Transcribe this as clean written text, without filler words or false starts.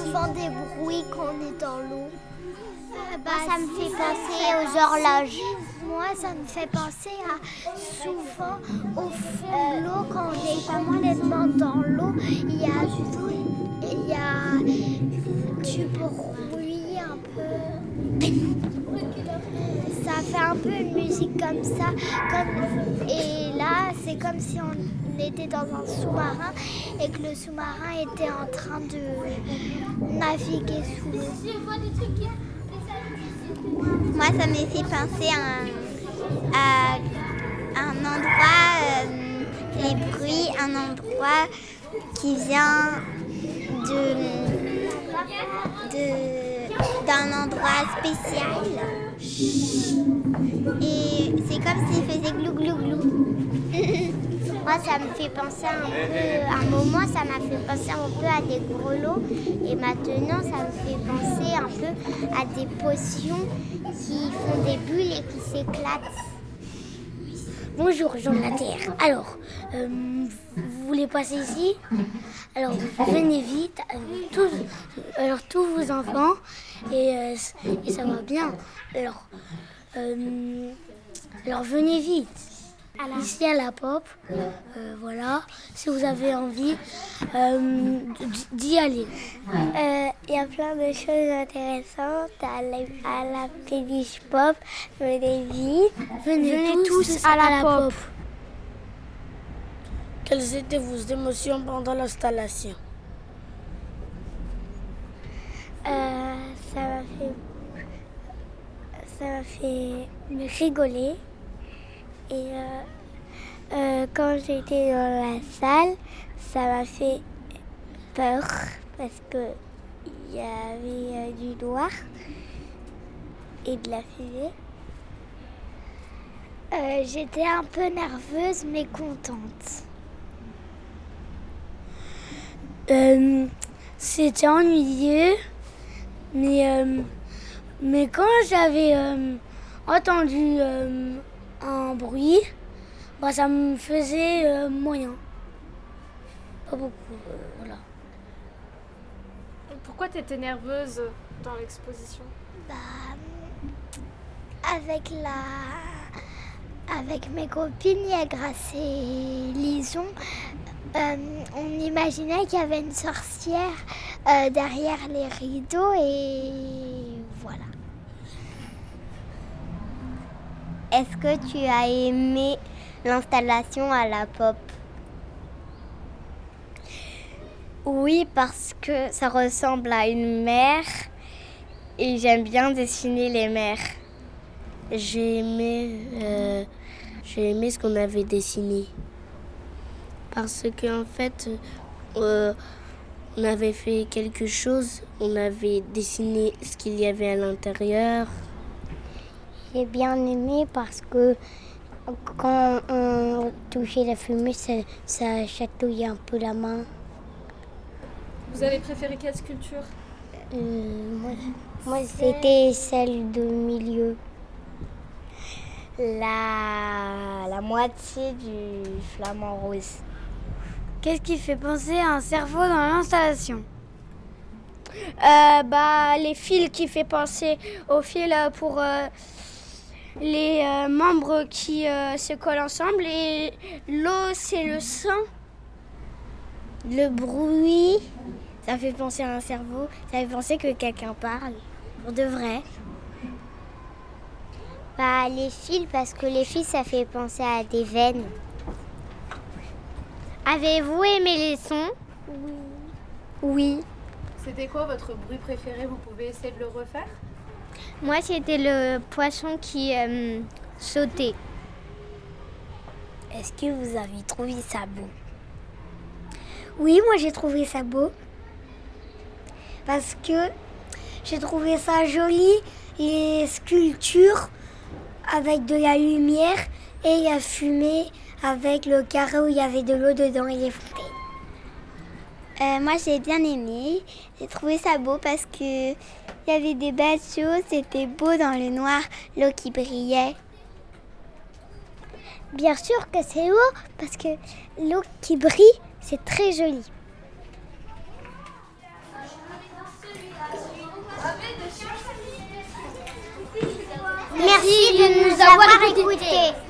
souvent des bruits quand on est dans l'eau. Ça me fait penser aux horloges. Moi, ça me fait penser souvent au fond de l'eau. Quand on est complètement dans l'eau, il y a du bruit un peu. Ça fait un peu une musique comme ça. Et là, c'est comme si on était dans un sous-marin et que le sous-marin était en train de naviguer sous l'eau. Moi, ça me fait penser à un endroit, les bruits, un endroit qui vient d'un endroit spécial. Et c'est comme s'il faisait glou glou glou. Moi, ça me fait penser un moment, ça m'a fait penser un peu à des grelots. Et maintenant, ça me fait penser un peu à des potions qui font des bulles et qui s'éclatent. Bonjour, gens de la Terre. Alors, vous voulez passer ici? Alors, venez vite, tous vos enfants, et ça va bien. Alors venez vite. Ici à la pop, voilà, si vous avez envie d'y aller. Il y a plein de choses intéressantes à la péniche pop. Venez vite. Venez tous à la pop. Quelles étaient vos émotions pendant l'installation? Ça m'a fait me rigoler. Et quand j'étais dans la salle, ça m'a fait peur parce qu'il y avait du noir et de la fumée. J'étais un peu nerveuse mais contente. C'était ennuyeux, mais quand j'avais entendu un bruit, ça me faisait moyen. Pas beaucoup, voilà. Pourquoi tu étais nerveuse dans l'exposition? Avec mes copines, Grace et Lison, on imaginait qu'il y avait une sorcière derrière les rideaux et voilà. Est-ce que tu as aimé l'installation à la pop? Oui, parce que ça ressemble à une mer et j'aime bien dessiner les mers. J'ai aimé ce qu'on avait dessiné. Parce qu'en fait, on avait fait quelque chose, on avait dessiné ce qu'il y avait à l'intérieur. J'ai bien aimé parce que quand on touchait la fumée, ça chatouillait un peu la main. Vous avez préféré quelle sculpture? Moi, c'était celle de milieu. La moitié du flamant rose. Qu'est-ce qui fait penser à un cerveau dans l'installation? Les fils qui fait penser aux fils pour les membres qui se collent ensemble et l'eau c'est le sang. Le bruit, ça fait penser à un cerveau, ça fait penser que quelqu'un parle, pour de vrai. Les fils, parce que les fils ça fait penser à des veines. Avez-vous aimé les sons? Oui. C'était quoi votre bruit préféré? Vous pouvez essayer de le refaire? Moi, c'était le poisson qui sautait. Est-ce que vous avez trouvé ça beau? Oui, moi j'ai trouvé ça beau. Parce que j'ai trouvé ça joli, les sculptures avec de la lumière et la fumée avec le carré où il y avait de l'eau dedans et les fontaines. Moi, j'ai bien aimé. J'ai trouvé ça beau parce que il y avait des belles choses. C'était beau dans le noir, l'eau qui brillait. Bien sûr que c'est beau parce que l'eau qui brille, c'est très joli. Merci de nous avoir écoutés.